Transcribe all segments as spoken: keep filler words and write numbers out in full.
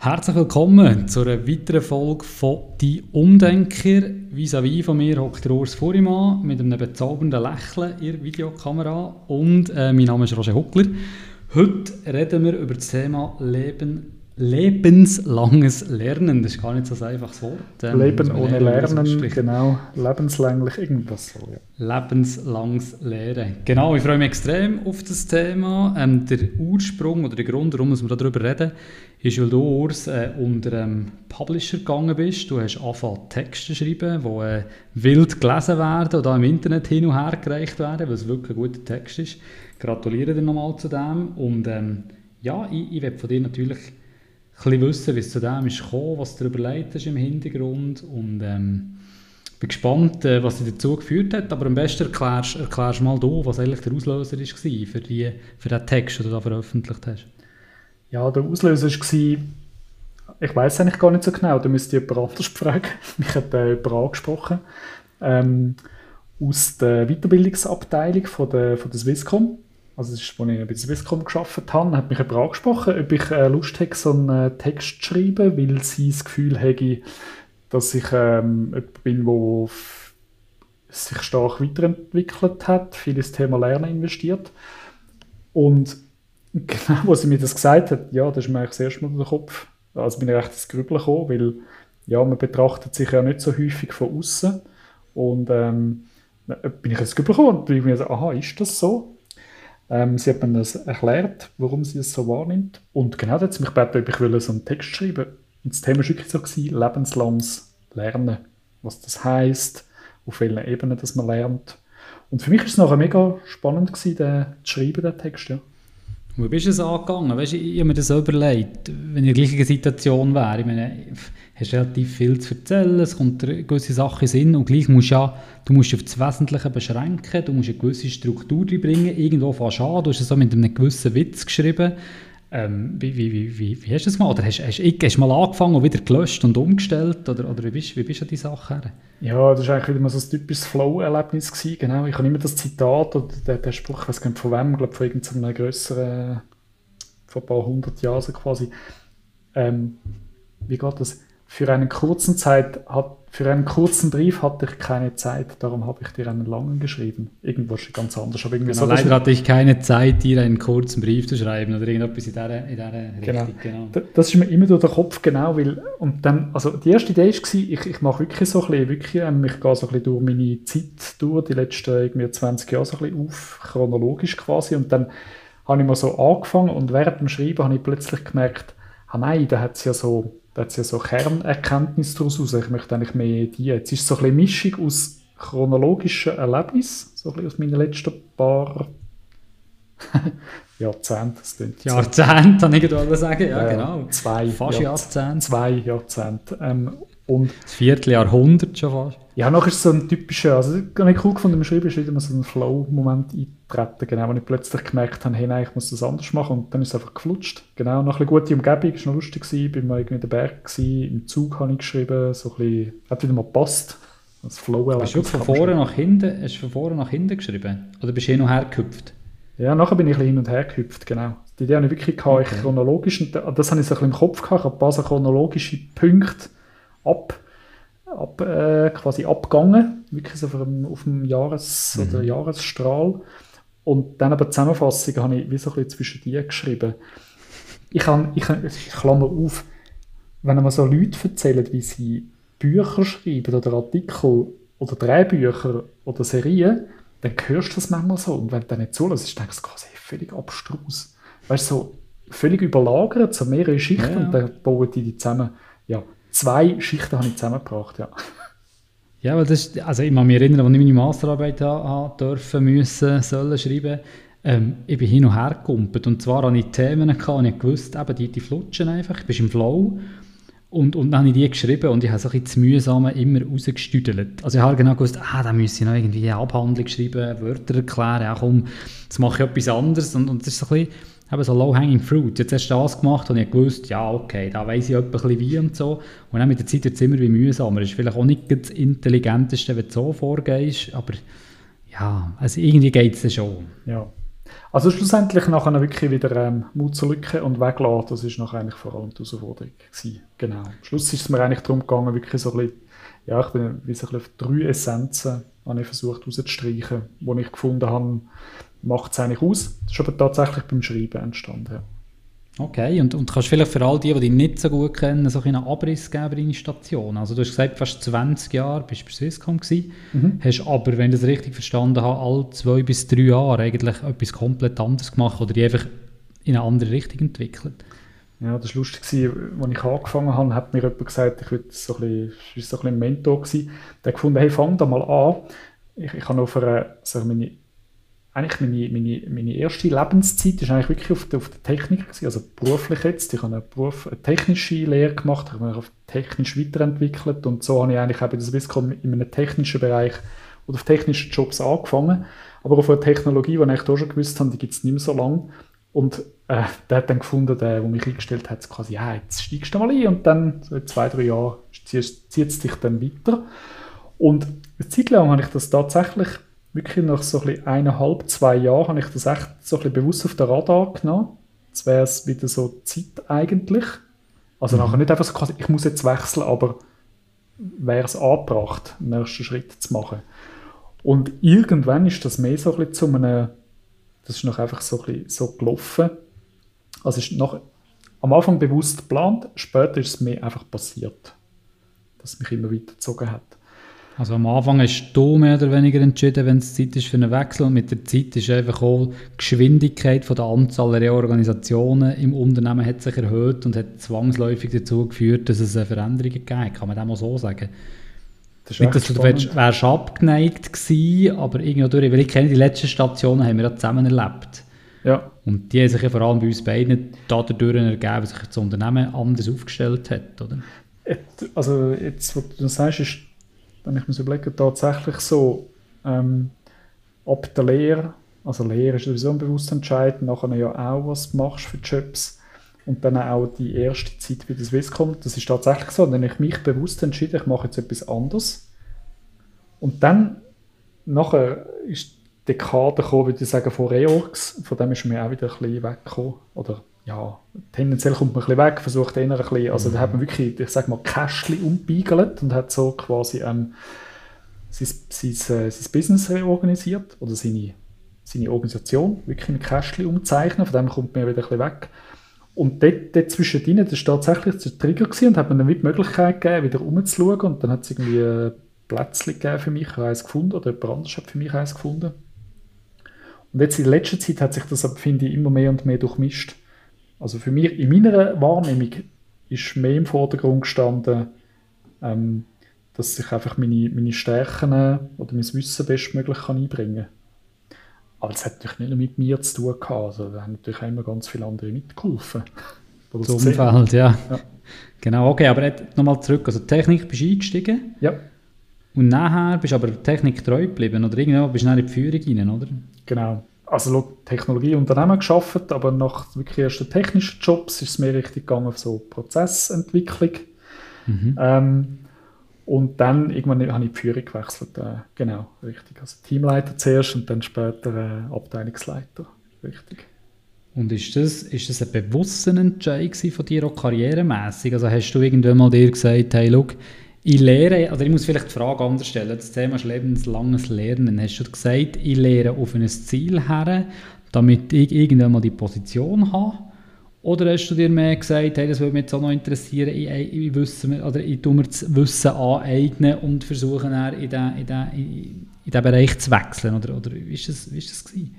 Herzlich willkommen zu einer weiteren Folge von «Die Umdenker». Vis-à-vis von mir hockt der Urs Furimann mit einem bezaubernden Lächeln in der Videokamera und äh, mein Name ist Roger Huckler. Heute reden wir über das Thema Leben, lebenslanges Lernen. Das ist gar nicht so ein einfaches Wort. Ähm, Leben ohne Lernen, genau. Lebenslänglich irgendwas so, ja. Lebenslanges Lernen. Genau, ich freue mich extrem auf das Thema. Ähm, der Ursprung oder der Grund, warum wir darüber reden, ist, weil du, Urs, äh, unter einem Publisher gegangen bist. Du hast angefangen, Texte zu schreiben, die äh, wild gelesen werden oder im Internet hin und her gereicht werden, weil es wirklich ein guter Text ist. Gratuliere dir nochmal zu dem. Und ähm, ja, ich, ich will von dir natürlich ein bisschen wissen, wie es zu dem ist gekommen, was du dir überlegt hast im Hintergrund. Und ähm, bin gespannt, äh, was dich dazu geführt hat. Aber am besten erklärst, erklärst mal du, was eigentlich der Auslöser war für, die, für den Text, den du da veröffentlicht hast. Ja, der Auslöser war, ich weiss eigentlich gar nicht so genau, da müsste ich jemand anders fragen. Mich hat äh, jemand angesprochen. Ähm, aus der Weiterbildungsabteilung von der, von der Swisscom. Also das ist, als ich bei der Swisscom gearbeitet habe, hat mich jemand angesprochen, ob ich äh, Lust hätte, so einen äh, Text zu schreiben, weil sie das Gefühl hätte, dass ich ähm, jemand bin, der sich stark weiterentwickelt hat, viel ins Thema Lernen investiert. Und genau, als sie mir das gesagt hat, ja, das ist mir eigentlich das erste Mal in den Kopf. Also bin ich recht ins Grübeln gekommen, weil ja, man betrachtet sich ja nicht so häufig von außen. Und ähm, bin ich ins Grübeln gekommen und bin mir so, aha, ist das so? Ähm, sie hat mir das erklärt, warum sie es so wahrnimmt. Und genau, da hat sie mich gebeten, ob ich so einen Text schreiben will. Und das Thema war wirklich so, gewesen, lebenslanges Lernen. Was das heisst, auf welchen Ebenen das man lernt. Und für mich war es nachher mega spannend gewesen, den, zu schreiben, den Text. Ja. Wie bist du es angegangen? Weißt, ich habe mir das so überlegt, wenn ich in der gleichen Situation wäre. Ich meine, du hast relativ viel zu erzählen, es kommt gewisse Sachen in Sinn und gleich musst du ja, du musst auf das Wesentliche beschränken, du musst eine gewisse Struktur reinbringen, irgendwo fängst du an, du hast es so mit einem gewissen Witz geschrieben. Ähm, wie, wie, wie, wie, wie hast du das mal? Oder hast, hast, hast du mal angefangen und wieder gelöscht und umgestellt? Oder, oder wie bist, wie bist du an die Sache her? Ja, das war eigentlich wieder mal so ein typisches Flow-Erlebnis gewesen. Genau, ich habe immer das Zitat oder den, den Spruch, ich weiß gar nicht von wem, ich glaube von irgendeinem grösseren, vor ein paar hundert Jahren so quasi. Ähm, wie geht das? Für einen kurzen Zeit hat, für einen kurzen Brief hatte ich keine Zeit, darum habe ich dir einen langen geschrieben. Irgendwas ist ganz anders. Aber irgendwie genau, so, leider hatte ich keine Zeit, dir einen kurzen Brief zu schreiben oder irgendetwas in dieser, in dieser genau. Richtung. Genau. Das ist mir immer durch den Kopf, genau, weil, und dann, also die erste Idee war, ich, ich mache wirklich so ein bisschen, wirklich, ähm, ich gehe so ein bisschen durch meine Zeit durch, die letzten irgendwie zwanzig Jahre so ein bisschen auf, chronologisch quasi, und dann habe ich mal so angefangen und während dem Schreiben habe ich plötzlich gemerkt, ah nein, da hat es ja so Da hat es ja so Kernerkenntnisse daraus raus. Ich möchte eigentlich mehr die. Jetzt ist es so ein bisschen Mischung aus chronologischen Erlebnissen, so ein bisschen aus meinen letzten paar Jahrzehnten. Jahrzehnte, habe ich gerade sagen. Ja, äh, genau. Zwei fast Jahrzehnte. Zwei Jahrzehnte. Ähm, und das Vierteljahrhundert schon fast. Ja, nachher ist so ein typischer, also gar nicht cool gefunden, im Schreiben ist wieder mal so ein Flow-Moment eintreten, genau, wo ich plötzlich gemerkt habe, hey, nein, ich muss das anders machen, und dann ist es einfach geflutscht. Genau, noch ein bisschen gute Umgebung, es war noch lustig, ich war mal irgendwie in den Bergen, im Zug habe ich geschrieben, so ein bisschen, hat wieder mal gepasst. Das Flow bist du von vorne nach hinten, hast du von vorne nach hinten geschrieben? Oder bist du hin und her gehüpft? Ja, nachher bin ich ein bisschen hin und her gehüpft, genau. Die Idee habe ich wirklich gehabt, okay. Ich chronologisch, und das habe ich so ein bisschen im Kopf gehabt, ich habe ein paar so chronologische Punkte ab Ab, äh, quasi abgegangen, wirklich so auf dem, auf dem Jahres- mhm. oder Jahresstrahl. Und dann aber die Zusammenfassung habe ich wie so ein bisschen zwischen die geschrieben. Ich, kann, ich, ich klammer auf, wenn man so Leute erzählen, wie sie Bücher schreiben oder Artikel oder Drehbücher oder Serien, dann hörst du das manchmal so. Und wenn du dann nicht zulässt, denkst du, das ist völlig abstrus. Weißt du, so völlig überlagert, so mehrere Schichten, ja, ja. Und dann bauen die die zusammen. Ja. Zwei Schichten habe ich zusammengebracht, ja. Ja, weil das ist, also ich kann mich erinnern, als ich meine Masterarbeit habe dürfen, müssen, sollen schreiben, ähm, ich bin hin und her gekumpelt. Und zwar hatte ich Themen, gehabt, und ich wusste, eben, die, die flutschen einfach, ich bin im Flow. Und, und dann habe ich die geschrieben und ich habe so ein bisschen das Mühsame immer rausgestüdelt. Also ich habe genau gewusst, ah, da müsse ich noch irgendwie eine Abhandlung schreiben, Wörter erklären, ja komm, jetzt mache ich etwas anderes. Und, und das ist so ein bisschen eben so low-hanging fruit. Jetzt hast du das gemacht und ich gewusst, ja okay, da weiss ich etwas wie und so. Und dann mit der Zeit wird es immer wie mühsamer. Es ist vielleicht auch nicht das Intelligenteste, wenn du so vorgehst, aber ja, also irgendwie geht es schon. Ja. Also schlussendlich nachher wirklich wieder ähm, Mut zur Lücke und weglassen, das ist nachher eigentlich vor allem die Herausforderung gewesen. Genau. Am Schluss ist es mir eigentlich darum gegangen, wirklich so ein bisschen, ja, ich bin wie so ein bisschen auf drei Essenzen habe ich versucht rauszustreichen, wo ich gefunden habe, macht es eigentlich aus. Das ist aber tatsächlich beim Schreiben entstanden. Ja. Okay, und, und kannst vielleicht für all die, die dich nicht so gut kennen, so einen Abriss geben über deine Station? Also du hast gesagt, fast zwanzig Jahre bist du bei Swisscom gewesen, mhm. hast aber, wenn ich das richtig verstanden habe, alle zwei bis drei Jahre eigentlich etwas komplett anderes gemacht oder die einfach in eine andere Richtung entwickelt. Ja, das war lustig. Als ich angefangen habe, hat mir jemand gesagt, ich würde so ein bisschen, das war so ein, ein Mentor gewesen, der hat gefunden, hey, fang da mal an. Ich, ich habe auf einer, also meine, eigentlich meine, meine, meine erste Lebenszeit ist eigentlich wirklich auf der, auf der Technik gewesen, also beruflich jetzt. Ich habe eine, Beruf, eine technische Lehre gemacht, ich habe mich auf technisch weiterentwickelt und so habe ich eigentlich auch bei der Swisscom in einem technischen Bereich oder auf technischen Jobs angefangen. Aber auf einer Technologie, die ich eigentlich auch schon gewusst habe, die gibt es nicht mehr so lange. Und äh, der hat dann gefunden, der, der mich eingestellt hat, quasi, ja, jetzt steigst du mal ein und dann so in zwei, drei Jahren zieht es dich dann weiter. Und eine Zeit lang habe ich das tatsächlich, wirklich nach so ein bisschen eineinhalb, zwei Jahren, habe ich das echt so ein bisschen bewusst auf den Radar genommen. Jetzt wäre es wieder so Zeit eigentlich. Also mhm. nachher nicht einfach so quasi, ich muss jetzt wechseln, aber wäre es angebracht, den nächsten Schritt zu machen. Und irgendwann ist das mehr so ein bisschen zu einem, das ist noch einfach so, ein bisschen so gelaufen. Also ist noch am Anfang bewusst geplant, später ist es mehr einfach passiert, dass es mich immer weitergezogen hat. Also am Anfang hast du mehr oder weniger entschieden, wenn es Zeit ist für einen Wechsel und mit der Zeit ist einfach auch die Geschwindigkeit von der Anzahl der Reorganisationen im Unternehmen hat sich erhöht und hat zwangsläufig dazu geführt, dass es Veränderungen gegeben hat. Kann man das mal so sagen? Das nicht, dass du wärst, wärst abgeneigt gewesen, aber irgendwie durch, weil ich kenne die letzten Stationen, haben wir ja zusammen erlebt. Ja. Und die haben sich ja vor allem bei uns beiden dadurch ergeben, dass sich das Unternehmen anders aufgestellt hat, oder? Also jetzt, was du das sagst, ist, wenn ich mir so überlege, tatsächlich so, ähm, ab der Lehre, also Lehre ist sowieso ein bewusster Entscheid, nachher ja auch, was du machst für Jobs und dann auch die erste Zeit bei der Swisscom, das ist tatsächlich so, dann habe ich mich bewusst entschieden, ich mache jetzt etwas anderes und dann nachher ist die Dekade gekommen, würde ich sagen, von Reorgs, von dem ist mir auch wieder ein bisschen weggekommen, oder ja, tendenziell kommt man ein bisschen weg, versucht eher ein bisschen, also da hat man wirklich, ich sage mal, Kästchen umgebiegelt und hat so quasi ähm, sein, sein, äh, sein Business reorganisiert oder seine, seine Organisation wirklich mit Kästchen umzeichnen, von dem kommt man wieder ein bisschen weg. Und dort, dort zwischendrin, das war tatsächlich der Trigger gewesen, und hat mir dann die Möglichkeit gegeben, wieder rumzuschauen und dann hat es irgendwie ein Plätzchen gegeben für mich, ich habe eins gefunden, oder jemand anderes hat für mich eins gefunden. Und jetzt in letzter Zeit hat sich das, finde ich, immer mehr und mehr durchmischt. Also für mich, in meiner Wahrnehmung, ist mehr im Vordergrund gestanden, ähm, dass ich einfach meine, meine Stärken oder mein Wissen bestmöglich kann einbringen kann. Aber das hat natürlich nicht nur mit mir zu tun gehabt. Also da haben natürlich auch immer ganz viele andere mitgeholfen. Das Umfeld, ja. ja. Genau, okay, aber nochmal zurück. Also Technik bist du eingestiegen. Ja. Und nachher bist du aber Technik treu geblieben. Oder irgendwann bist du in die Führung rein, oder? Genau. Also Technologieunternehmen gearbeitet, aber nach wirklich ersten technischen Jobs ist es mehr richtig gegangen auf so Prozessentwicklung. Mhm. Ähm, und dann irgendwann habe ich die Führung gewechselt. Äh, genau, richtig. Also Teamleiter zuerst und dann später äh, Abteilungsleiter. Richtig. Und ist das, ist das ein bewusster Entscheid von dir auch karrieremässig? Also hast du irgendwann mal dir gesagt, hey, schau, ich lehre, oder ich muss vielleicht die Frage anders stellen, das Thema ist lebenslanges Lernen. Hast du gesagt, ich lehre auf ein Ziel her, damit ich irgendwann mal die Position habe? Oder hast du dir mehr gesagt, hey, das würde mich jetzt auch noch interessieren, ich, ich, wissen, oder ich tue mir das Wissen aneignen und versuche dann in diesen in den, in den Bereich zu wechseln? Oder, oder wie war das, wie ist das gewesen?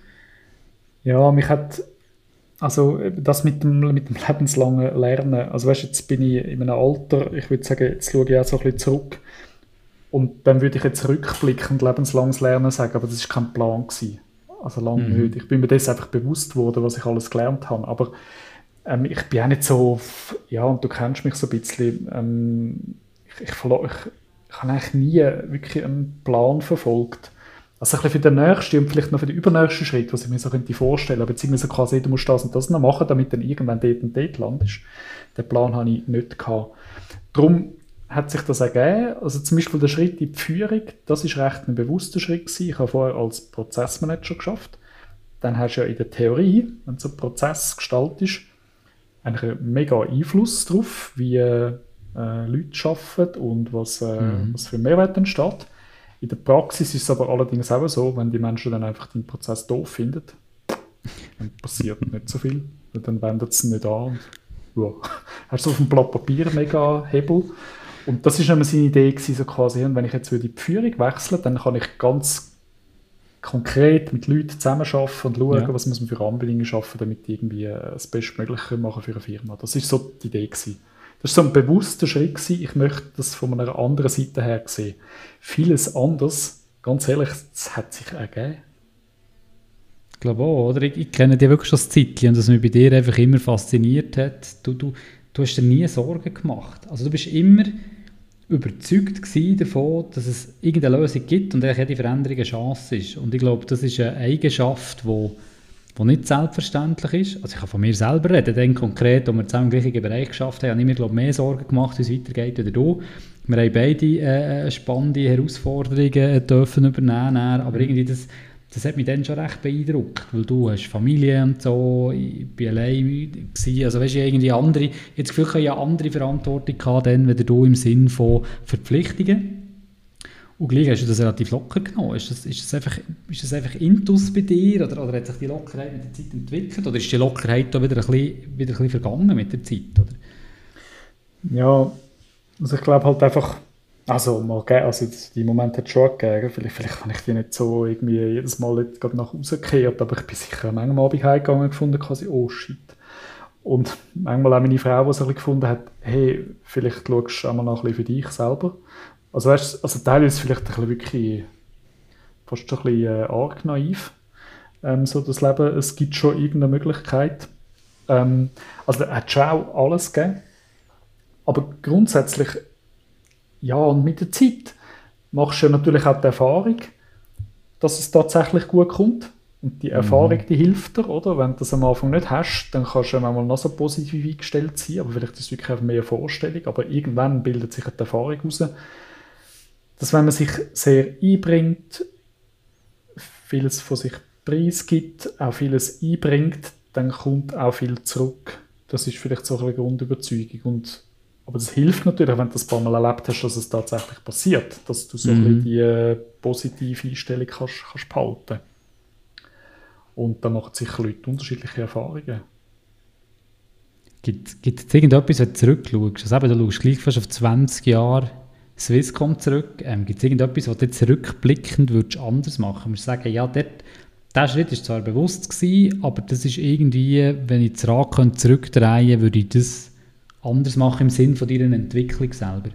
Ja, mich hat also das mit dem, mit dem lebenslangen Lernen, also weißt, jetzt bin ich in einem Alter, ich würde sagen, jetzt schaue ich auch so ein bisschen zurück und dann würde ich jetzt rückblickend lebenslanges Lernen sagen, aber das war kein Plan gewesen. Also lange mhm. nicht. Ich bin mir das einfach bewusst geworden, was ich alles gelernt habe, aber ähm, ich bin auch nicht so, ja, und du kennst mich so ein bisschen, ähm, ich, ich, ich, ich habe eigentlich nie wirklich einen Plan verfolgt. Also ein bisschen für den nächsten und vielleicht noch für den übernächsten Schritt, was ich mir so könnte vorstellen könnte, beziehungsweise quasi, du musst das und das noch machen, damit dann irgendwann dort und dort landest. Den Plan hatte ich nicht gehabt. Darum hat sich das ergeben, also zum Beispiel der Schritt in die Führung, das ist recht ein bewusster Schritt gewesen. Ich habe vorher als Prozessmanager geschafft. dann hast du ja in der Theorie, wenn so ein Prozess gestaltet, eigentlich einen mega Einfluss darauf, wie äh, Leute arbeiten und was, äh, mhm. was für Mehrwert entsteht. In der Praxis ist es aber allerdings auch so, wenn die Menschen dann einfach den Prozess doof finden, dann passiert nicht so viel. Dann wendet es nicht an. Und, ja, hast du auf dem Blatt Papier mega Hebel. Und das war seine Idee, gewesen, so quasi, und wenn ich jetzt die Führung wechsle, dann kann ich ganz konkret mit Leuten zusammenarbeiten und schauen, ja. was muss man für Rahmenbedingungen schaffen, damit die irgendwie das Bestmögliche machen für eine Firma. Das war so die Idee gewesen. Das war so ein bewusster Schritt gewesen. Ich möchte das von einer anderen Seite her sehen. Vieles anderes, ganz ehrlich, das hat sich ergeben. Ich glaube auch, oder? Ich, ich kenne dich wirklich schon das Zeitchen und was mich bei dir einfach immer fasziniert hat. Du, du, du hast dir nie Sorgen gemacht. Also du bist immer überzeugt gewesen davon, dass es irgendeine Lösung gibt und eigentlich jede Veränderung eine Chance ist. Und ich glaube, das ist eine Eigenschaft, die, die nicht selbstverständlich ist. Also ich kann von mir selber reden, dann konkret, als wir zusammen im gleichen Bereich geschafft haben, habe ich mir glaube mehr Sorgen gemacht, wie es weitergeht oder du. Wir haben beide äh, spannende Herausforderungen dürfen übernehmen, aber irgendwie das, das hat mich dann schon recht beeindruckt, weil du hast Familie und so, ich war allein gewesen, also weißt du, irgendwie andere, ich habe das Gefühl, ich hatte ja andere Verantwortung gehabt, dann, wenn du im Sinn von Verpflichtungen. Und gleich hast du das relativ locker genommen. Ist das, ist das einfach, ist das einfach Intus bei dir oder, oder hat sich die Lockerheit mit der Zeit entwickelt oder ist die Lockerheit da wieder ein bisschen, wieder ein bisschen vergangen mit der Zeit? Oder? Ja, also ich glaube halt einfach, also mal also die Momente hat es schon gegeben, vielleicht, vielleicht habe ich die nicht so irgendwie jedes Mal nicht gerade nach Hause gekehrt, aber ich bin sicher manchmal am Abend heimgegangen und gefunden, quasi, oh shit. Und manchmal auch meine Frau, die so ein bisschen gefunden hat, hey, vielleicht schaust du auch mal noch ein bisschen für dich selber. Also weißt, also teilweise vielleicht ein bisschen wirklich fast schon ein bisschen äh, arg naiv, ähm, so das Leben, es gibt schon irgendeine Möglichkeit. Ähm, also er hat schon auch alles gegeben, aber grundsätzlich, ja, und mit der Zeit machst du ja natürlich auch die Erfahrung, dass es tatsächlich gut kommt. Und die Erfahrung, die hilft dir, oder? Wenn du das am Anfang nicht hast, dann kannst du ja manchmal noch so positiv eingestellt sein, aber vielleicht ist es wirklich mehr eine Vorstellung, aber irgendwann bildet sich eine Erfahrung heraus, dass wenn man sich sehr einbringt, vieles von sich preisgibt, auch vieles einbringt, dann kommt auch viel zurück. Das ist vielleicht so eine Grundüberzeugung. Und, aber das hilft natürlich, wenn du das ein paar Mal erlebt hast, dass es tatsächlich passiert, dass du so mhm. ein bisschen die äh, positive Einstellung kannst, kannst behalten. Und da machen sich Leute unterschiedliche Erfahrungen. Gibt es irgendetwas, wenn du zurückschaust? Also eben, du schaust gleich fast auf zwanzig Jahre Swisscom zurück. Ähm, Gibt es irgendetwas, was du jetzt rückblickend würdest anders machen würdest? Du sagen, ja, dort, der Schritt war zwar bewusst gewesen, aber das ist irgendwie, wenn ich das Rad könnte zurückdrehen könnte, würde ich das anders machen im Sinne von deiner Entwicklung selber?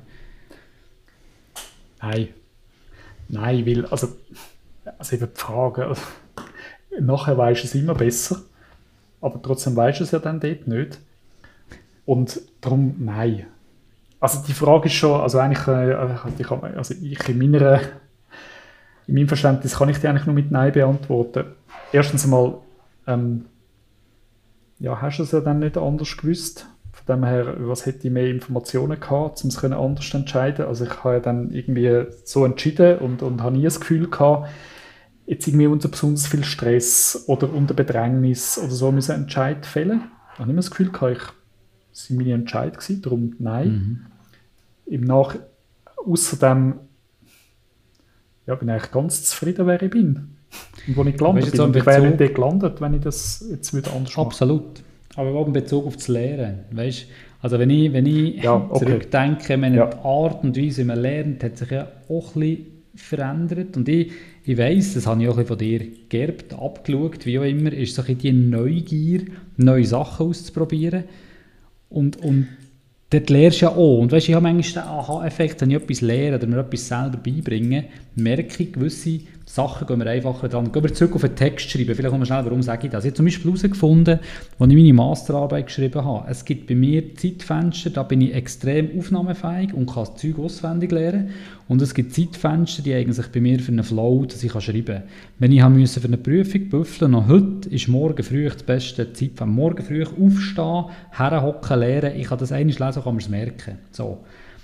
Nein. Nein, weil, also, also eben die Frage, also, nachher weisst du es immer besser, aber trotzdem weisst du es ja dann dort nicht. Und darum, nein. Also die Frage ist schon, also eigentlich, ich, also ich in, meiner, in meinem Verständnis kann ich die eigentlich nur mit Nein beantworten. Erstens einmal, ähm, ja, hast du es ja dann nicht anders gewusst. Von dem her, was hätte ich mehr Informationen gehabt, um es anders zu entscheiden. Also ich habe ja dann irgendwie so entschieden und, und habe nie das Gefühl gehabt, jetzt irgendwie unter besonders viel Stress oder unter Bedrängnis oder so müssen Entscheid fällen. Ich habe nicht mehr das Gefühl gehabt, ich, das war meine Entscheid gewesen, darum nein. Mhm. Im Nach außerdem ja, bin ich eigentlich ganz zufrieden, wer ich bin und wo ich gelandet weißt, bin. Und ich wäre nicht dort gelandet, wenn ich das jetzt wieder anders mache. Absolut. Aber auch in Bezug auf das Lehren. Weißt, also wenn ich, wenn ich ja, okay. zurückdenke, meine ja. die Art und Weise, wie man lernt, hat sich ja auch ein bisschen verändert. Und ich, ich weiss, das habe ich auch ein bisschen von dir geerbt, abgeschaut, wie auch immer, ist so ein bisschen die Neugier, neue Sachen auszuprobieren. Und, und dort lernst du ja auch. Und weißt, ich habe manchmal den Aha-Effekt, wenn ich etwas lerne oder mir etwas selber beibringe, merke ich, gewisse Sachen gehen wir einfacher dran. Gehen wir zurück auf den Text schreiben. Vielleicht kommen wir schnell, warum sage ich das? Ich habe zum Beispiel herausgefunden, als ich meine Masterarbeit geschrieben habe, es gibt bei mir Zeitfenster, da bin ich extrem aufnahmefähig und kann das Zeug auswendig lernen. Und es gibt Zeitfenster, die eignen sich bei mir für einen Flow, dass ich schreiben kann. Wenn ich musste für eine Prüfung büffeln, noch heute ist morgen früh das beste Zeitfenster. Morgen früh aufstehen, herhocken, lernen, ich kann das einmal lesen, kann man es merken. So.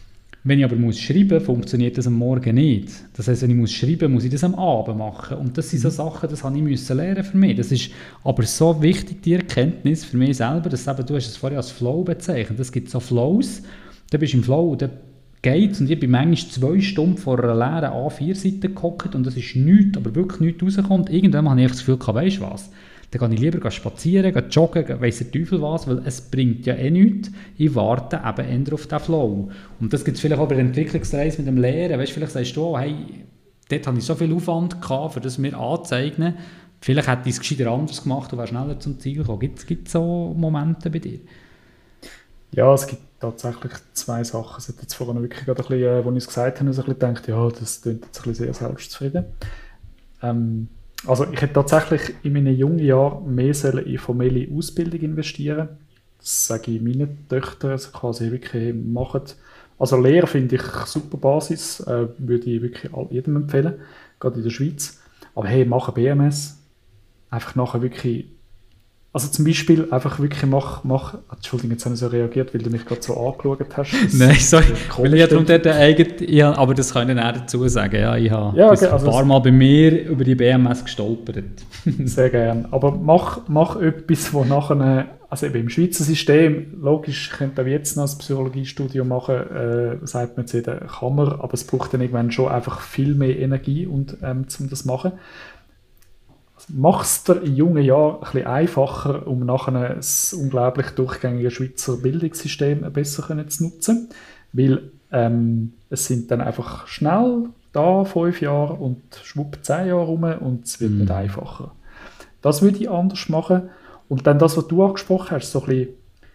Wenn ich aber muss schreiben muss, funktioniert das am Morgen nicht. Das heisst, wenn ich muss schreiben muss, muss ich das am Abend machen. Und das sind so Sachen, das habe ich müssen lernen für mich. Das ist aber so wichtig, die Erkenntnis für mich selber, dass eben, du hast es vorher als Flow bezeichnet. Es gibt so Flows, da bist du im Flow, da geht's. Und ich bin manchmal zwei Stunden vor einer leeren A vier Seite gehockt und das ist nichts, aber wirklich nichts rauskommt. Irgendwann habe ich das Gefühl, weisst du was? Dann kann ich lieber spazieren, joggen, weiss der Teufel was, weil es bringt ja eh nichts. Ich warte eben eher auf den Flow. Und das gibt es vielleicht auch bei der Entwicklungsreise mit dem Lehren. Weißt, vielleicht sagst du, hey, dort habe ich so viel Aufwand gehabt, für das mir anzuzeigen. Vielleicht hätte ich es gescheiter anders gemacht und wäre schneller zum Ziel gekommen. Gibt es so Momente bei dir? Ja, es gibt tatsächlich zwei Sachen. Es hat jetzt vorhin wirklich gerade ein bisschen, als ich es gesagt habe, so ein bisschen gedacht, ja, das klingt jetzt ein bisschen sehr selbstzufrieden. Ähm, Also ich hätte tatsächlich in meinen jungen Jahren mehr in formelle Ausbildung investieren. Das sage ich meinen Töchtern, also quasi wirklich machen. Also Lehre finde ich super Basis, äh, würde ich wirklich jedem empfehlen, gerade in der Schweiz. Aber hey, mach ein B M S, einfach nachher wirklich, also zum Beispiel einfach wirklich mach, mach Entschuldigung, jetzt habe ich so reagiert, weil du mich gerade so angeschaut hast. Nein, sorry, weil ich ja darum dort eigene, ja, aber das kann ich dann auch dazu sagen, ja, ich habe ja, okay, also ein paar Mal bei mir über die B M S gestolpert. Sehr gerne, aber mach, mach etwas, wo nachher, also eben im Schweizer System, logisch, ich könnte auch jetzt noch ein Psychologiestudium machen, äh, sagt man jetzt jeder, kann man, aber es braucht dann irgendwann schon einfach viel mehr Energie, und, ähm, um das zu machen. Mach es dir in jungen Jahren ein bisschen einfacher, um nachher das unglaublich durchgängige Schweizer Bildungssystem besser zu nutzen. Weil ähm, es sind dann einfach schnell da fünf Jahre und schwupp zehn Jahre rum und es wird mm. nicht einfacher. Das würde ich anders machen. Und dann das, was du angesprochen hast, so ein bisschen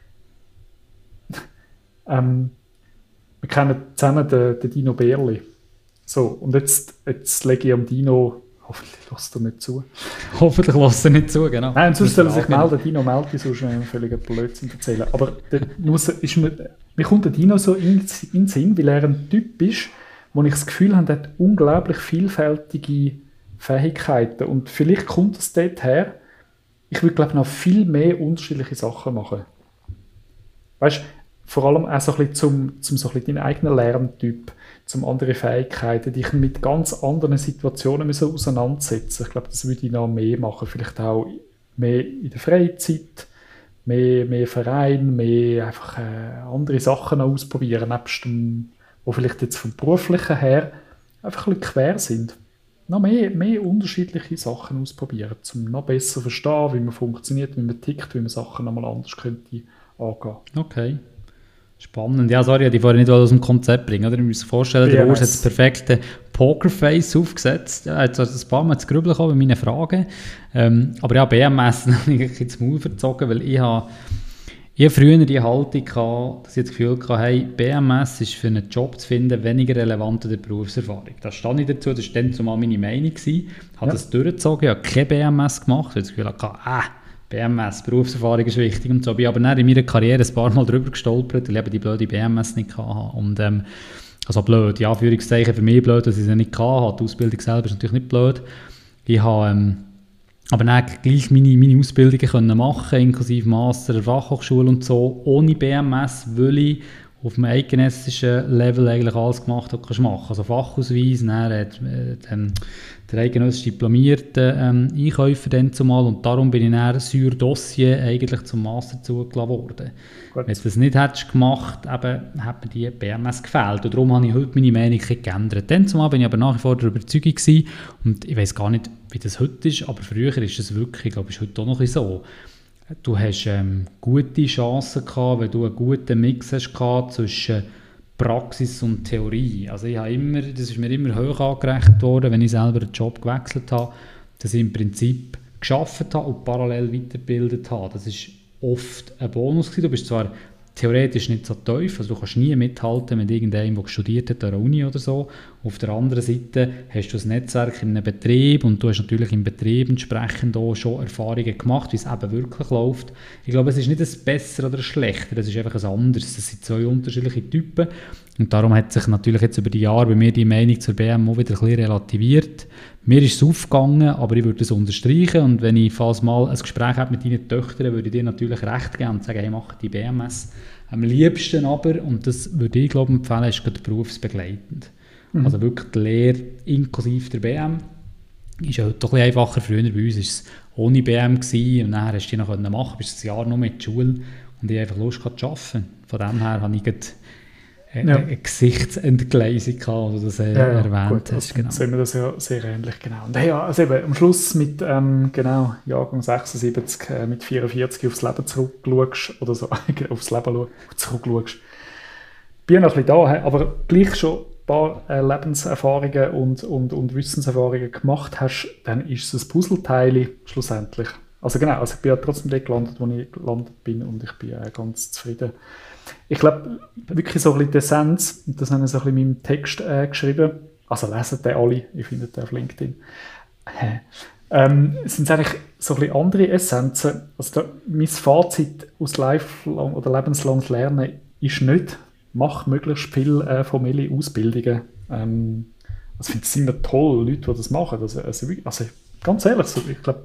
ähm, wir kennen zusammen den, den Dino Bärli. So, und jetzt, jetzt lege ich am Dino. Hoffentlich lässt er nicht zu. Hoffentlich lässt er nicht zu, genau. Nein, sonst soll er sich melden. Dino meldet sich, sonst wenn völlig Blödsinn erzählen. Aber der, ist mir, mir kommt der Dino so in, in den Sinn, weil er ein Typ ist, wo ich das Gefühl habe, er hat unglaublich vielfältige Fähigkeiten. Und vielleicht kommt es dort her, ich würde, glaube ich, noch viel mehr unterschiedliche Sachen machen. Weißt du, vor allem auch so ein bisschen zum, zum so ein bisschen deinen eigenen Lerntyp, zum andere Fähigkeiten, dich mit ganz anderen Situationen müssen auseinandersetzen. Ich glaube, das würde ich noch mehr machen. Vielleicht auch mehr in der Freizeit, mehr, mehr Verein, mehr einfach äh, andere Sachen ausprobieren, nebst dem, wo vielleicht jetzt vom Beruflichen her einfach ein bisschen quer sind. Noch mehr, mehr unterschiedliche Sachen ausprobieren, um noch besser zu verstehen, wie man funktioniert, wie man tickt, wie man Sachen nochmal anders könnte angehen. Okay. Spannend. Ja, sorry, ich wollte nicht aus dem Konzept bringen. Oder? Ich muss mir vorstellen, der Urs hat das perfekte Pokerface aufgesetzt. Er hat ein paar Mal zu grübeln bei meinen Fragen. Ähm, aber ja, B M S habe ich ins Maul verzogen, weil ich habe, ich habe früher die Haltung gehabt, dass ich das Gefühl hatte, hey, B M S ist für einen Job zu finden weniger relevant als die Berufserfahrung. Da stand ich dazu, das war dann zumal meine Meinung. Ich habe ja. das durchgezogen, ich habe kein B M S gemacht, weil ich das Gefühl hatte, ah, B M S, Berufserfahrung ist wichtig und so. Ich bin aber dann in meiner Karriere ein paar Mal drüber gestolpert, weil ich eben die blöde B M S nicht hatte. Und, ähm, also blöd, ja, Anführungszeichen für mich blöd, dass ich sie nicht hatte. Die Ausbildung selber ist natürlich nicht blöd. Ich habe ähm, aber dann gleich meine, meine Ausbildungen können machen, inklusive Master der Fachhochschule und so, ohne B M S, weil ich auf dem eidgenössischen Level eigentlich alles gemacht habe, kannst du machen. Also Fachausweis, dann hat äh, der eidgenössische diplomierte ähm, Einkäufer dann zumal, und darum bin ich dann sur Dossier eigentlich zum Master zugelassen worden. Gut. Wenn du das nicht hättest gemacht, eben, hat mir die B M S gefehlt. Und darum habe ich heute meine Meinung geändert. Dann zumal bin ich aber nach wie vor der Überzeugung gewesen, und ich weiß gar nicht, wie das heute ist, aber früher ist das wirklich, ich glaube, ist heute auch noch so. Du hast ähm, gute Chancen gehabt, wenn du einen guten Mix hast gehabt zwischen Praxis und Theorie. Also ich habe immer, das ist mir immer hoch angerechnet worden, wenn ich selber einen Job gewechselt habe, dass ich im Prinzip gearbeitet habe und parallel weitergebildet habe. Das ist oft ein Bonus gewesen. Du bist zwar theoretisch nicht so tief, also du kannst nie mithalten mit irgendjemandem, der studiert hat an der Uni oder so. Auf der anderen Seite hast du ein Netzwerk in einem Betrieb und du hast natürlich im Betrieb entsprechend auch schon Erfahrungen gemacht, wie es eben wirklich läuft. Ich glaube, es ist nicht ein besser oder ein schlechter, es ist einfach ein anderes. Es sind zwei unterschiedliche Typen und darum hat sich natürlich jetzt über die Jahre bei mir die Meinung zur B M auch wieder ein bisschen relativiert. Mir ist es aufgegangen, aber ich würde es unterstreichen und wenn ich falls mal ein Gespräch habe mit deinen Töchtern, würde ich dir natürlich recht geben und sagen, hey, mach die B M S. Am liebsten aber, und das würde ich glaube empfehlen, ist gerade berufsbegleitend. Mhm. Also wirklich die Lehre inklusive der B M. Ist ja heute doch ein bisschen einfacher. Früher bei uns war es ohne B M gewesen, und dann hast du die noch machen, bist ein Jahr noch mit der Schule und ich einfach Lust gehabt zu arbeiten. Von dem her habe ich eine, ja. eine Gesichtsentgleisung gehabt, oder das äh, ja, ja, erwähnt gut, hast. Genau. Sehen wir das ja sehr ähnlich, genau. Und ja, also eben, am Schluss mit ähm, genau, Jahrgang sechsundsiebzig äh, mit vierundvierzig aufs Leben zurückschaust, oder so, aufs Leben zurückschaust. Ich bin ja noch ein bisschen da, aber gleich schon ein paar äh, Lebenserfahrungen und, und, und Wissenserfahrungen gemacht hast, dann ist es ein Puzzleteil schlussendlich. Also genau, also ich bin ja trotzdem dort gelandet, wo ich gelandet bin und ich bin äh, ganz zufrieden. Ich glaube, wirklich so ein bisschen die Essenz, und das habe ich so ein bisschen in meinem Text äh, geschrieben, also lesen den alle, ich finde den auf LinkedIn, äh, ähm, sind eigentlich so ein bisschen andere Essenzen. Also da, mein Fazit aus lifelong oder lebenslanges Lernen ist nicht, mach möglichst viele äh, formelle Ausbildungen. Ähm, also ich finde es immer toll, Leute, die das machen. Also, also, also ganz ehrlich, so, ich glaube,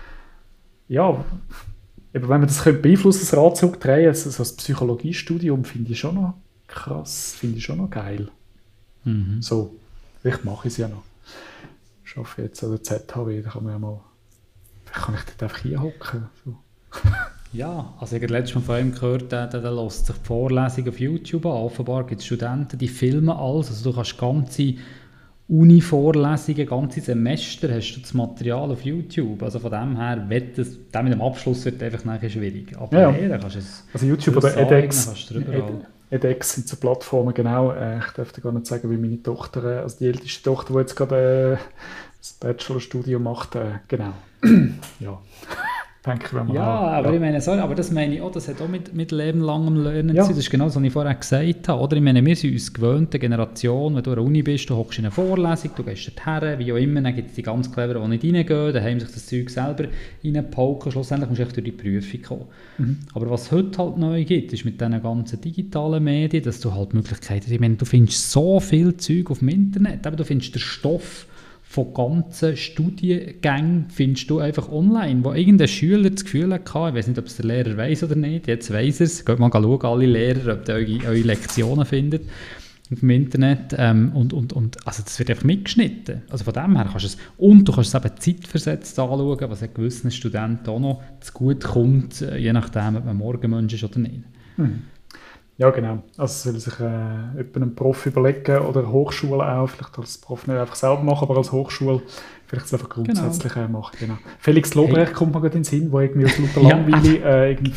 ja, wenn man das beeinflussen könnte, das Rad zurückdrehen, also so das Psychologiestudium finde ich schon noch krass, finde ich schon noch geil. Mhm. So, vielleicht mache ich es ja noch. Ich arbeite jetzt an der Z H W, da kann man ja mal, vielleicht kann ich dort einfach hier hocken. So. Ja, also ich habe letztes Mal von ihm gehört, der, der, der lässt sich die Vorlesungen auf YouTube an. Offenbar gibt es Studenten, die filmen alles, also du kannst ganze Uni-Vorlesungen, ganze Semester hast du das Material auf YouTube. Also von dem her wird das, das mit dem Abschluss wird einfach nachher schwierig. Aber ja. hey, da kannst du es also YouTube oder edX, Ed, edX sind so Plattformen, genau. Äh, ich dürfte gar nicht sagen, wie meine Tochter, also die älteste Tochter, die jetzt gerade äh, das Bachelorstudium macht, äh, genau. ja. Denke, wenn man ja, auch, aber ja. ich meine, sorry, aber das meine ich auch, das hat auch mit, mit lebenlangem Lernen ja. zu tun. Das ist genau das, was ich vorher gesagt habe. Oder? Ich meine, wir sind uns gewöhnt, eine Generation, wenn du an der Uni bist, du hockst in einer Vorlesung, du gehst dorthin, wie auch immer, dann gibt es die ganz cleveren, die nicht reingehen, dann haben sich das Zeug selber reinpauken, schlussendlich musst du echt durch die Prüfung kommen. Mhm. Aber was heute halt neu gibt, ist mit diesen ganzen digitalen Medien, dass du halt Möglichkeiten hast. Ich meine, du findest so viel Zeug auf dem Internet, aber du findest den Stoff von ganzen Studiengängen findest du einfach online, wo irgendein Schüler das Gefühl hatte, ich weiß nicht, ob es der Lehrer weiss oder nicht, jetzt weiss er es, geht mal schauen, alle Lehrer, ob ihr eure, eure Lektionen findet auf dem Internet ähm, und, und, und also das wird einfach mitgeschnitten. Also von dem her kannst du es, und du kannst es eben zeitversetzt anschauen, was einen gewissen Studenten auch noch zu gut kommt, je nachdem, ob man Morgenmensch ist oder nicht. Hm. Ja, genau. Also soll sich äh, jemand einen Prof überlegen oder eine Hochschule auch, vielleicht als Prof nicht einfach selber machen, aber als Hochschule vielleicht es einfach grundsätzlich genau. machen. Genau. Felix Lobrecht hey. kommt mir gerade in den Sinn, der irgendwie aus lauter Langweile äh, ein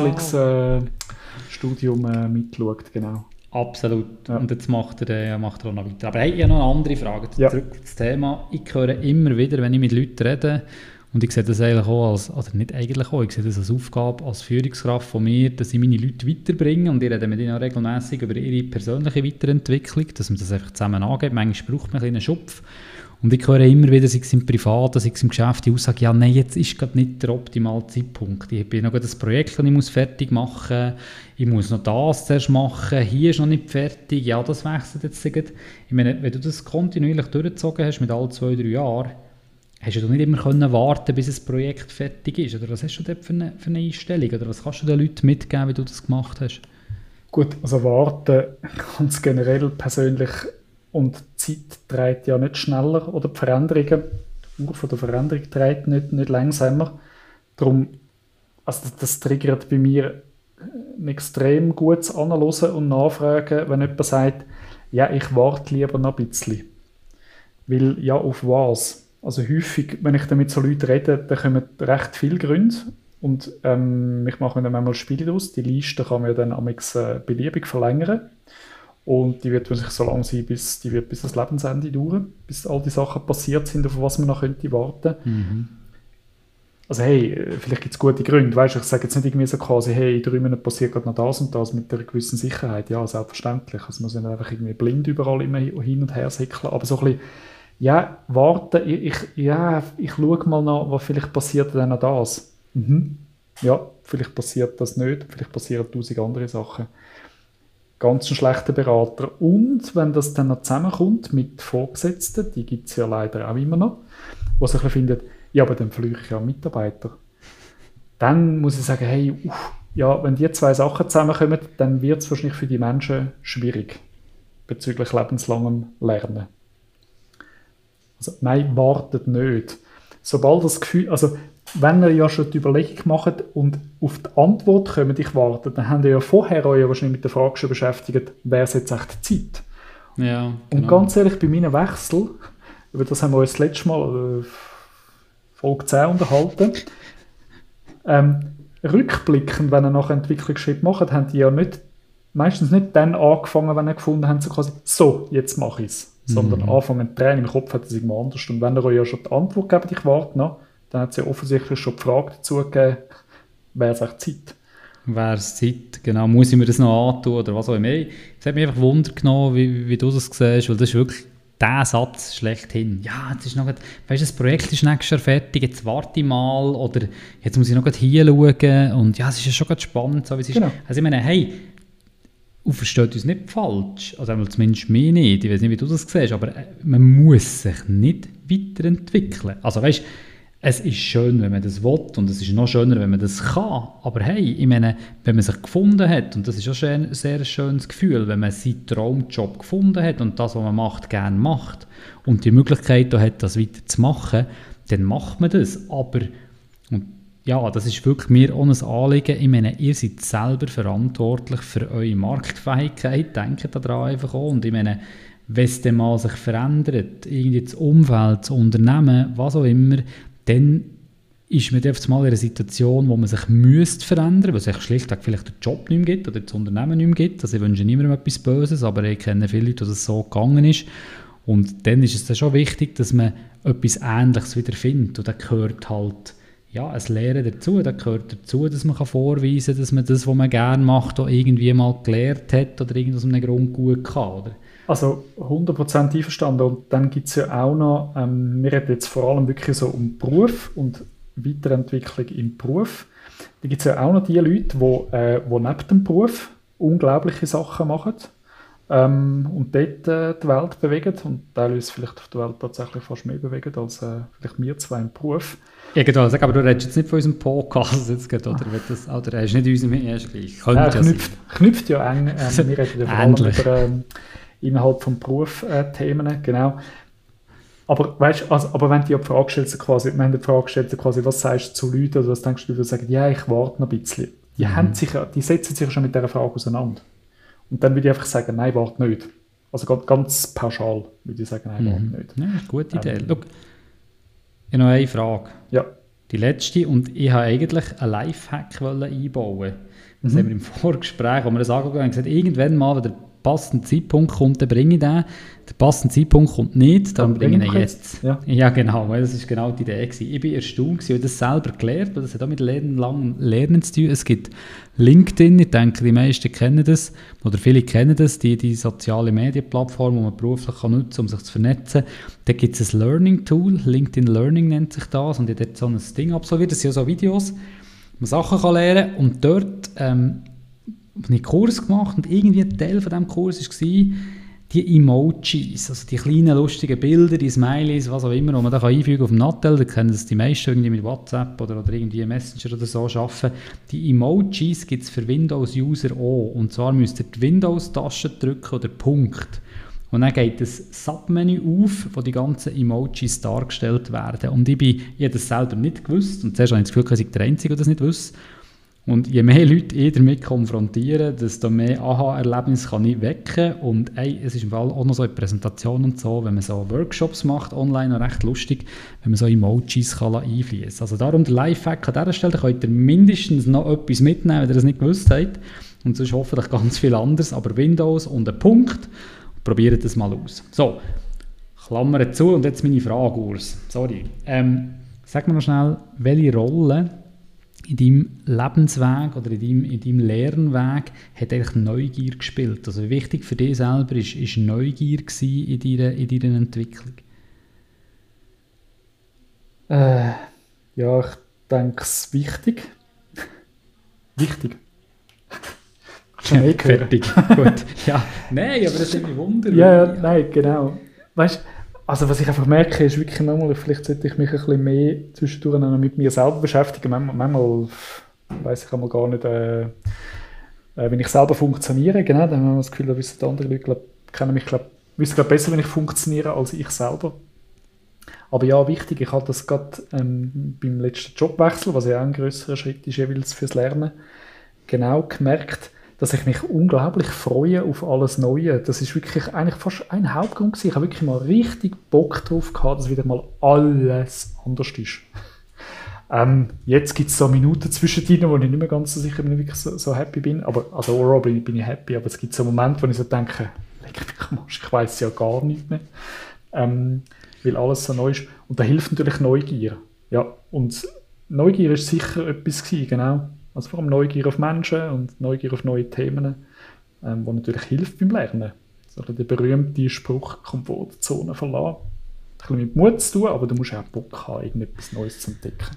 Verschlüsselungsstudium äh, äh, mitschaut. Genau. Absolut. Ja. Und jetzt macht er, äh, macht er auch noch weiter. Aber hey, ich habe noch eine andere Frage. Ja. Zurück auf das Thema. Ich höre immer wieder, wenn ich mit Leuten rede, und ich sehe das eigentlich auch als, oder nicht eigentlich auch, ich sehe das als Aufgabe, als Führungskraft von mir, dass ich meine Leute weiterbringe und ich rede mit ihnen auch regelmässig über ihre persönliche Weiterentwicklung, dass man das einfach zusammen angeht. Manchmal braucht man einen Schupf. Und ich höre immer wieder, sei es im Privaten, sei es im Geschäft, die Aussage, ja, nein, jetzt ist gerade nicht der optimale Zeitpunkt. Ich bin noch das Projekt, das ich muss fertig machen muss, ich muss noch das zuerst machen, hier ist noch nicht fertig, ja, das wechselt jetzt. Ich meine, wenn du das kontinuierlich durchgezogen hast mit alle zwei, drei Jahren, hast du nicht immer können warten, bis ein Projekt fertig ist? Oder was hast du dort für eine, für eine Einstellung? Oder was kannst du den Leuten mitgeben, wie du das gemacht hast? Gut, also warten ganz generell persönlich und die Zeit dreht ja nicht schneller oder die Veränderungen, die Uhr von der Veränderung dreht nicht, nicht langsamer. Darum, also das, das triggert bei mir ein extrem gutes Anhören und Nachfragen, wenn jemand sagt, ja, ich warte lieber noch ein bisschen. Weil, ja, auf was? Also häufig, wenn ich dann mit so Leuten rede, dann kommen recht viele Gründe und ähm, ich mache mir dann manchmal Spiele daraus. Die Liste kann man dann amigs äh, beliebig verlängern und die wird sich so lange sein, bis, die wird bis das Lebensende dauern, bis all die Sachen passiert sind, auf was man noch könnte warten. Mhm. Also hey, vielleicht gibt es gute Gründe, weißt du, ich sage jetzt nicht irgendwie so quasi, hey, in drei Monaten passiert gerade noch das und das mit einer gewissen Sicherheit. Ja, selbstverständlich. Also man muss nicht einfach irgendwie blind überall immer hin und her säckeln, aber so ein bisschen ja, warten, ich, ich, ja, ich schaue mal nach, was vielleicht passiert dann noch das. Mhm. Ja, vielleicht passiert das nicht, vielleicht passieren tausend andere Sachen. ganz ein schlechter Berater. Und wenn das dann noch zusammenkommt mit Vorgesetzten, die gibt es ja leider auch immer noch, wo sich finden, ja, aber dann verliere ich ja einen Mitarbeiter. Dann muss ich sagen, hey, uff, ja, wenn die zwei Sachen zusammenkommen, dann wird es wahrscheinlich für die Menschen schwierig bezüglich lebenslangem Lernen. Also, nein, wartet nicht. Sobald das Gefühl, also wenn ihr ja schon die Überlegung macht und auf die Antwort kommt, ich warte, dann habt ihr ja vorher euch ja wahrscheinlich mit der Frage schon beschäftigt, wäre es jetzt echt Zeit? Ja, genau. Und ganz ehrlich, bei meinem Wechsel, über das haben wir uns das letzte Mal äh, Folge zehn unterhalten, ähm, rückblickend, wenn ihr nach Entwicklungsschritt macht, haben die ja nicht, meistens nicht dann angefangen, wenn ihr gefunden habt, so quasi, so, jetzt mache ich es. Sondern Mhm. anfangen, Tränen im Kopf hat es irgendwo anders. Und wenn ihr euch ja schon die Antwort gebt, ich warte noch, dann hat es ja offensichtlich schon die Frage dazu gegeben, wäre es echt Zeit? Wäre es Zeit, genau, muss ich mir das noch antun oder was auch immer. Es hat mich einfach Wunder genommen, wie, wie du das siehst, weil das ist wirklich der Satz schlechthin. Ja, jetzt ist noch grad, weißt du, das Projekt ist nächstes Jahr fertig, jetzt warte ich mal oder jetzt muss ich noch grad hier schauen und ja, es ist ja schon grad spannend, so wie es ist. Genau. Also ich meine, hey, und versteht uns nicht falsch, also zumindest mich nicht, ich weiß nicht, wie du das siehst, aber man muss sich nicht weiterentwickeln. Also weißt, es ist schön, wenn man das will und es ist noch schöner, wenn man das kann, aber hey, ich meine, wenn man sich gefunden hat, und das ist auch ein sehr schönes Gefühl, wenn man seinen Traumjob gefunden hat und das, was man macht, gerne macht und die Möglichkeit hat, das weiterzumachen, dann macht man das, aber und ja, das ist wirklich mir auch ein Anliegen. Ich meine, ihr seid selber verantwortlich für eure Marktfähigkeit, denkt daran einfach auch. Und ich meine, wenn es dann mal sich verändert, irgendwie das Umfeld, das Unternehmen, was auch immer, dann ist man jetzt mal in einer Situation, wo man sich müsste verändern, weil es sich schlichtweg vielleicht den Job nicht mehr gibt oder das Unternehmen nicht mehr gibt. Also ich wünsche niemandem etwas Böses, aber ich kenne viele Leute, dass es so gegangen ist. Und dann ist es dann schon wichtig, dass man etwas Ähnliches wieder findet. Und da gehört halt ja, ein Lehren dazu. Da gehört dazu, dass man vorweisen kann, dass man das, was man gerne macht, auch irgendwie mal gelernt hat oder irgendwas aus einem Grund gut kann. Oder? Also hundert Prozent einverstanden. Und dann gibt es ja auch noch, ähm, wir reden jetzt vor allem wirklich so um Beruf und Weiterentwicklung im Beruf. Da gibt es ja auch noch die Leute, die, äh, die neben dem Beruf unglaubliche Sachen machen ähm, und dort äh, die Welt bewegen und teilweise vielleicht auf der Welt tatsächlich fast mehr bewegen als äh, vielleicht wir zwei im Beruf. Ja, genau. Sag, aber du redest jetzt nicht von unserem Podcast jetzt gerade, oder? Das, oder er ist nicht in unserem, ja, ist gleich. Ja, ja knüpft, knüpft ja eng. Ähm, wir reden ja vor allem über ähm, innerhalb des Berufs äh, Themen, genau. Aber, weißt, also, aber wenn du die Frage stellst, quasi, wir haben die Frage gestellt, quasi, was sagst du zu Leuten, oder was denkst du, die sagen, ja, ich warte noch ein bisschen. Die, mhm. haben sich, die setzen sich schon mit dieser Frage auseinander. Und dann würde ich einfach sagen, nein, warte nicht. Also ganz, ganz pauschal würde ich sagen, nein, mhm. warte nicht. Ja, gute Idee. Ähm, Look, ich habe noch eine Frage. Ja. Die letzte, und ich wollte eigentlich einen Lifehack einbauen. Das mhm. haben wir im Vorgespräch, wo wir das angeguckt haben, haben gesagt, irgendwann mal, wenn der passende Zeitpunkt kommt, dann bringe ich den. Der passende Zeitpunkt kommt nicht, dann, dann bringe ich ihn jetzt. Ja. ja, genau, das war genau die Idee gewesen. Ich war erstaunt, ich habe das selber gelernt, weil das hat auch mit Lernen, Lernen zu tun. Es gibt LinkedIn, ich denke, die meisten kennen das, oder viele kennen das, die, die soziale Medienplattform, die man beruflich kann nutzen kann, um sich zu vernetzen. Da gibt es ein Learning-Tool, LinkedIn Learning nennt sich das, und ich habe dort so ein Ding absolviert, das sind ja so Videos, wo man Sachen kann lernen kann, und dort ähm, habe ich einen Kurs gemacht, und irgendwie ein Teil von diesem Kurs war, die Emojis, also die kleinen lustigen Bilder, die Smileys, was auch immer, die man da einfügen auf dem Nattel, da können das die meisten irgendwie mit WhatsApp oder, oder irgendwie Messenger oder so arbeiten. Die Emojis gibt es für Windows-User auch, und zwar müsst ihr die Windows-Taste drücken oder Punkt. Und dann geht das Submenü auf, wo die ganzen Emojis dargestellt werden. Und ich, bin, ich habe das selber nicht gewusst, und zuerst habe ich das Gefühl, ich sei der Einzige, der das nicht wusste. Und je mehr Leute ich damit konfrontieren, desto mehr Aha-Erlebnisse kann ich wecken. Und ey, es ist im Fall auch noch so in Präsentationen und so, wenn man so Workshops macht, online, noch recht lustig, wenn man so Emojis kann einfließen kann. Also darum der Lifehack an dieser Stelle, könnt ihr mindestens noch etwas mitnehmen, wenn ihr das nicht gewusst habt. Und sonst hoffentlich ganz viel anderes, aber Windows und ein Punkt. Probiert das mal aus. So, Klammern zu, und jetzt meine Frage, Urs. Sorry. Ähm, sag mir noch schnell, welche Rolle in deinem Lebensweg oder in deinem, in deinem Lernweg hat eigentlich Neugier gespielt? Also wie wichtig für dich selber ist, ist Neugier in deiner, in deiner Entwicklung? Äh, ja, ich denke, es ist wichtig. Wichtig. Schon eh gehört. Fertig, gut. Ja, nein, aber das ist mich Wunder. Ja, ja, nein, genau. Weißt, also was ich einfach merke, ist wirklich manchmal, vielleicht sollte ich mich ein bisschen mehr zwischendurch noch mit mir selber beschäftigen. Manchmal, manchmal weiss ich einmal gar nicht, äh, äh, wenn ich selber funktioniere, genau, dann haben wir das Gefühl, da wissen andere Leute, glaub, kennen mich, glaub, wissen glaub, besser, wenn ich funktioniere, als ich selber. Aber ja, wichtig, ich habe das gerade ähm, beim letzten Jobwechsel, was ja auch ein grösserer Schritt ist, jeweils fürs Lernen, genau gemerkt, dass ich mich unglaublich freue auf alles Neue. Das ist wirklich eigentlich fast ein Hauptgrund gewesen. Ich habe wirklich mal richtig Bock drauf gehabt, dass wieder mal alles anders ist. Ähm, jetzt gibt es so Minuten zwischendrin, wo ich nicht mehr ganz so sicher bin, wirklich so, so happy bin. Aber, also overall bin, bin ich happy, aber es gibt so Momente, wo ich so denke, leck mich am Arsch, ich weiss ja gar nicht mehr. Ähm, weil alles so neu ist. Und da hilft natürlich Neugier. Ja, und Neugier ist sicher etwas gewesen, genau. Also vor allem Neugier auf Menschen und Neugier auf neue Themen, ähm, was natürlich hilft beim Lernen. So der berühmte Spruch, Komfortzone verlassen. Ein bisschen mit Mut zu tun, aber du musst auch Bock haben, irgendetwas Neues zu entdecken.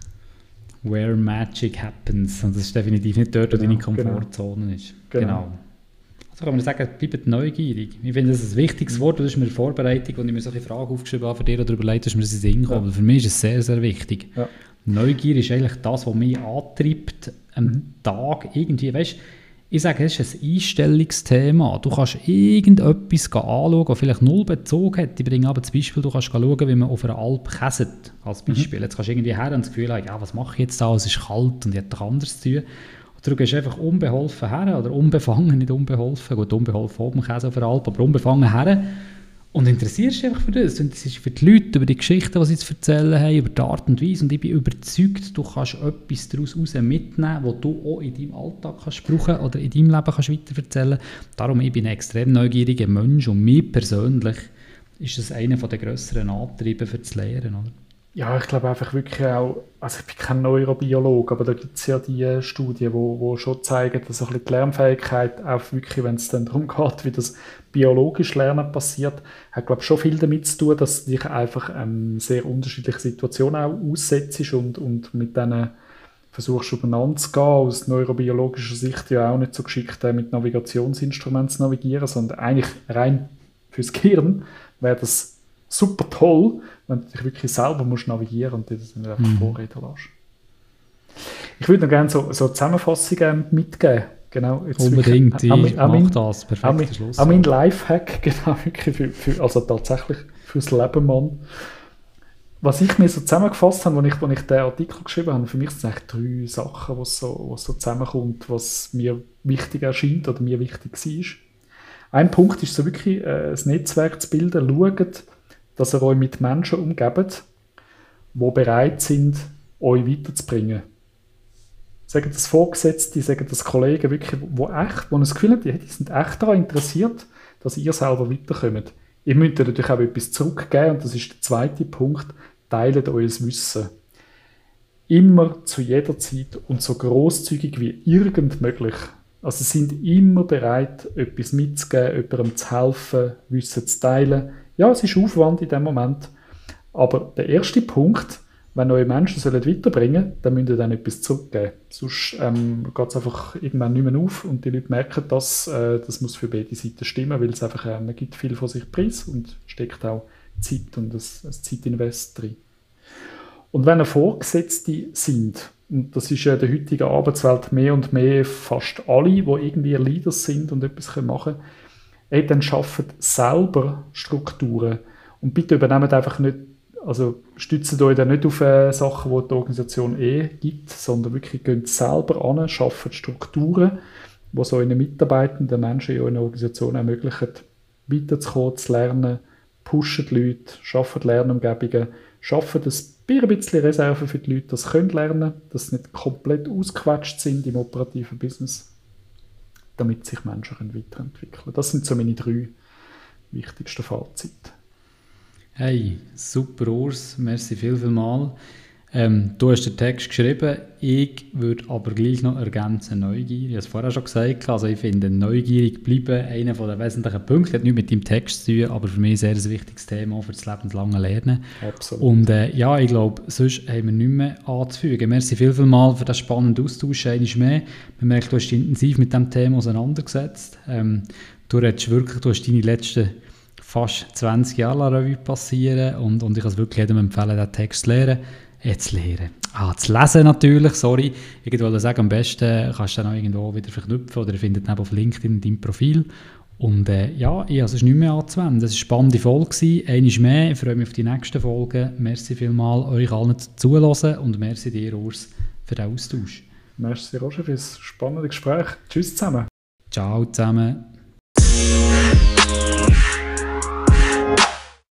Where magic happens. Und das ist definitiv nicht dort, wo genau, deine Komfortzone genau. ist. Genau. genau. Also kann man sagen, bleibt neugierig. Ich finde, das ist ein wichtiges Wort. Das ist mir eine Vorbereitung, und ich mir solche Fragen aufgeschrieben habe für dich oder überlegt, dass mir das in den Sinn kommt. Ja. Für mich ist es sehr, sehr wichtig. Ja. Neugier ist eigentlich das, was mich antreibt, am mhm. Tag irgendwie, weißt, ich sage, es ist ein Einstellungsthema. Du kannst irgendetwas anschauen, das vielleicht null Bezug hat. Ich bringe aber das Beispiel, du kannst schauen, wie man auf einer Alp käset, als Beispiel. Mhm. Jetzt kannst du irgendwie her und das Gefühl haben, ja, was mache ich jetzt da, es ist kalt und ich habe doch anderes zu tun. Oder du gehst einfach unbeholfen her, oder unbefangen, nicht unbeholfen, gut, unbeholfen oben Käse auf der Alp, aber unbefangen her. Und interessierst dich einfach für das. Und das ist für die Leute, über die Geschichten, die sie zu erzählen haben, über die Art und Weise. Und ich bin überzeugt, du kannst etwas daraus mitnehmen, das du auch in deinem Alltag kannst brauchen oder in deinem Leben kannst weiterverzählen. Darum ich bin ein extrem neugieriger Mensch, und mir persönlich ist das einer der grösseren Antriebe für das Lehren. Oder? Ja, ich glaube einfach wirklich auch, also ich bin kein Neurobiologe, aber da gibt es ja die Studien, die wo, wo schon zeigen, dass ein die Lernfähigkeit, auch wirklich, wenn es dann darum geht, wie das biologisch Lernen passiert, hat, glaube ich, schon viel damit zu tun, dass du dich einfach ähm, sehr unterschiedliche Situationen auch aussetzt und, und mit denen versuchst übereinander zu gehen. Aus neurobiologischer Sicht ja auch nicht so geschickt, äh, mit Navigationsinstrumenten zu navigieren, sondern eigentlich rein fürs Gehirn wäre das super toll, wenn du dich wirklich selber musst navigieren und dir das nicht einfach mhm. vorreden lässt. Ich würde noch gerne so, so Zusammenfassungen mitgeben. Genau, jetzt unbedingt, wirklich, ich mache das. Perfekter Schluss. Auch mein Lifehack, genau, wirklich für, für, also tatsächlich fürs Leben, Mann. Was ich mir so zusammengefasst habe, als ich, als ich den Artikel geschrieben habe, für mich sind es eigentlich drei Sachen, was so, was so zusammenkommt, was mir wichtig erscheint oder mir wichtig war. Ein Punkt ist so wirklich, äh, das Netzwerk zu bilden. Schaut, dass ihr euch mit Menschen umgebt, die bereit sind, euch weiterzubringen. Sagen das Vorgesetzte, sagen das Kollegen, wirklich, wo echt, wo das Gefühl haben, die sind echt daran interessiert, dass ihr selber weiterkommt. Ihr müsst natürlich auch etwas zurückgeben, und das ist der zweite Punkt, teilt euer Wissen. Immer zu jeder Zeit und so grosszügig wie irgend möglich. Also sind immer bereit, etwas mitzugeben, jemandem zu helfen, Wissen zu teilen. Ja, es ist Aufwand in dem Moment, aber der erste Punkt, wenn neue Menschen sollen weiterbringen sollen, dann müsst ihr dann etwas zurückgeben. Sonst ähm, geht es einfach irgendwann nicht mehr auf und die Leute merken, dass äh, das muss für beide Seiten stimmen, weil es einfach, äh, man gibt viel von sich preis und steckt auch Zeit und ein, ein Zeitinvest drin. Und wenn ihr Vorgesetzte sind, und das ist ja in der heutigen Arbeitswelt mehr und mehr fast alle, die irgendwie Leaders sind und etwas machen können, ey, dann schafft selber Strukturen. Und bitte übernehmt einfach nicht, also stützt euch dann nicht auf äh, Sachen, die die Organisation eh gibt, sondern wirklich geht selber an, schafft Strukturen, die so euren Mitarbeitenden, Menschen in eurer Organisation ermöglichen, weiterzukommen, zu lernen, pushen die Leute, schaffen Lernumgebungen, schaffen ein bisschen Reserve für die Leute, dass sie lernen können, dass sie nicht komplett ausgequetscht sind im operativen Business, damit sich Menschen weiterentwickeln können. Das sind so meine drei wichtigsten Fazite. Hey, super Urs, merci viel, viel mal. Ähm, du hast den Text geschrieben, ich würde aber gleich noch ergänzen, neugierig. Ich habe es vorher schon gesagt, also ich finde, neugierig bleiben einer der wesentlichen Punkte, hat nichts mit deinem Text zu tun, aber für mich sehr ein wichtiges Thema für das lebenslange Lernen. Absolut. Und äh, ja, ich glaube, sonst haben wir nichts mehr anzufügen. Merci viel, viel mal für den spannenden Austausch, einmal mehr. Man merkt, du hast dich intensiv mit diesem Thema auseinandergesetzt. Ähm, du redest wirklich, du hast deine letzten fast zwanzig Jahre Revue passieren und, und ich kann es wirklich jedem empfehlen, den Text zu lernen. Jetzt zu lernen. Ah, zu lesen natürlich, sorry. Ich wollte sagen, am besten kannst du dann auch irgendwo wieder verknüpfen oder ihr findet ihn auf LinkedIn in deinem Profil. Und äh, ja, ich habe es nicht mehr anzuwenden. Das war eine spannende Folge. Einmal mehr. Ich freue mich auf die nächsten Folgen. Merci vielmals euch allen zuzuhören und merci dir, Urs, für den Austausch. Merci, Roger, für das spannende Gespräch. Tschüss zusammen. Ciao zusammen.